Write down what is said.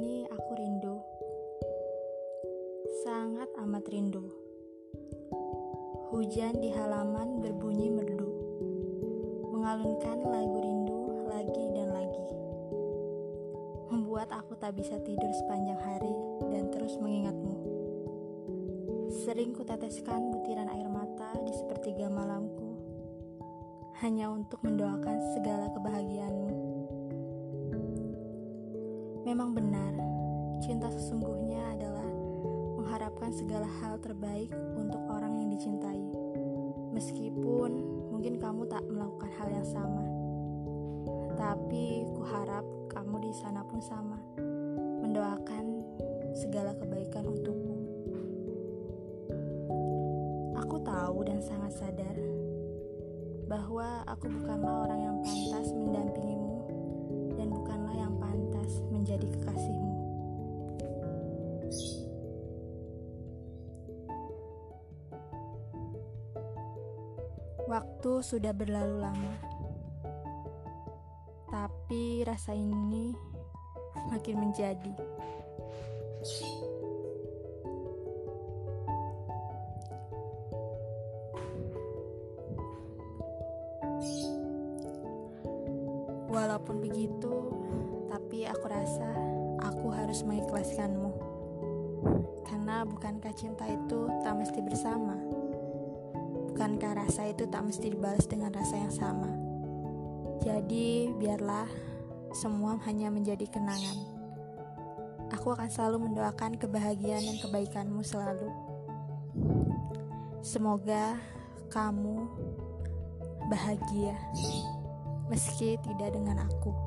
ini aku rindu, sangat amat rindu. Hujan di halaman berbunyi merdu, mengalunkan lagu rindu lagi dan lagi, membuat aku tak bisa tidur sepanjang hari dan terus mengingatmu. Sering kuteteskan butiran air mata di sepertiga malamku, hanya untuk mendoakan segala kebahagiaanmu. Memang benar, cinta sesungguhnya adalah mengharapkan segala hal terbaik untuk orang yang dicintai. Meskipun mungkin kamu tak melakukan hal yang sama, tapi kuharap kamu di sana pun sama, mendoakan segala kebaikan untukku. Aku tahu dan sangat sadar bahwa aku bukanlah orang yang pantas mendampingimu dan bukanlah yang pantas menjadi kekasihmu. Waktu sudah berlalu lama, tapi rasa ini makin menjadi. Walaupun begitu, tapi aku rasa aku harus mengikhlaskanmu. Karena bukankah cinta itu tak mesti bersama? Bukankah rasa itu tak mesti dibalas dengan rasa yang sama? Jadi biarlah semua hanya menjadi kenangan. Aku akan selalu mendoakan kebahagiaan dan kebaikanmu selalu. Semoga kamu bahagia meski tidak dengan aku.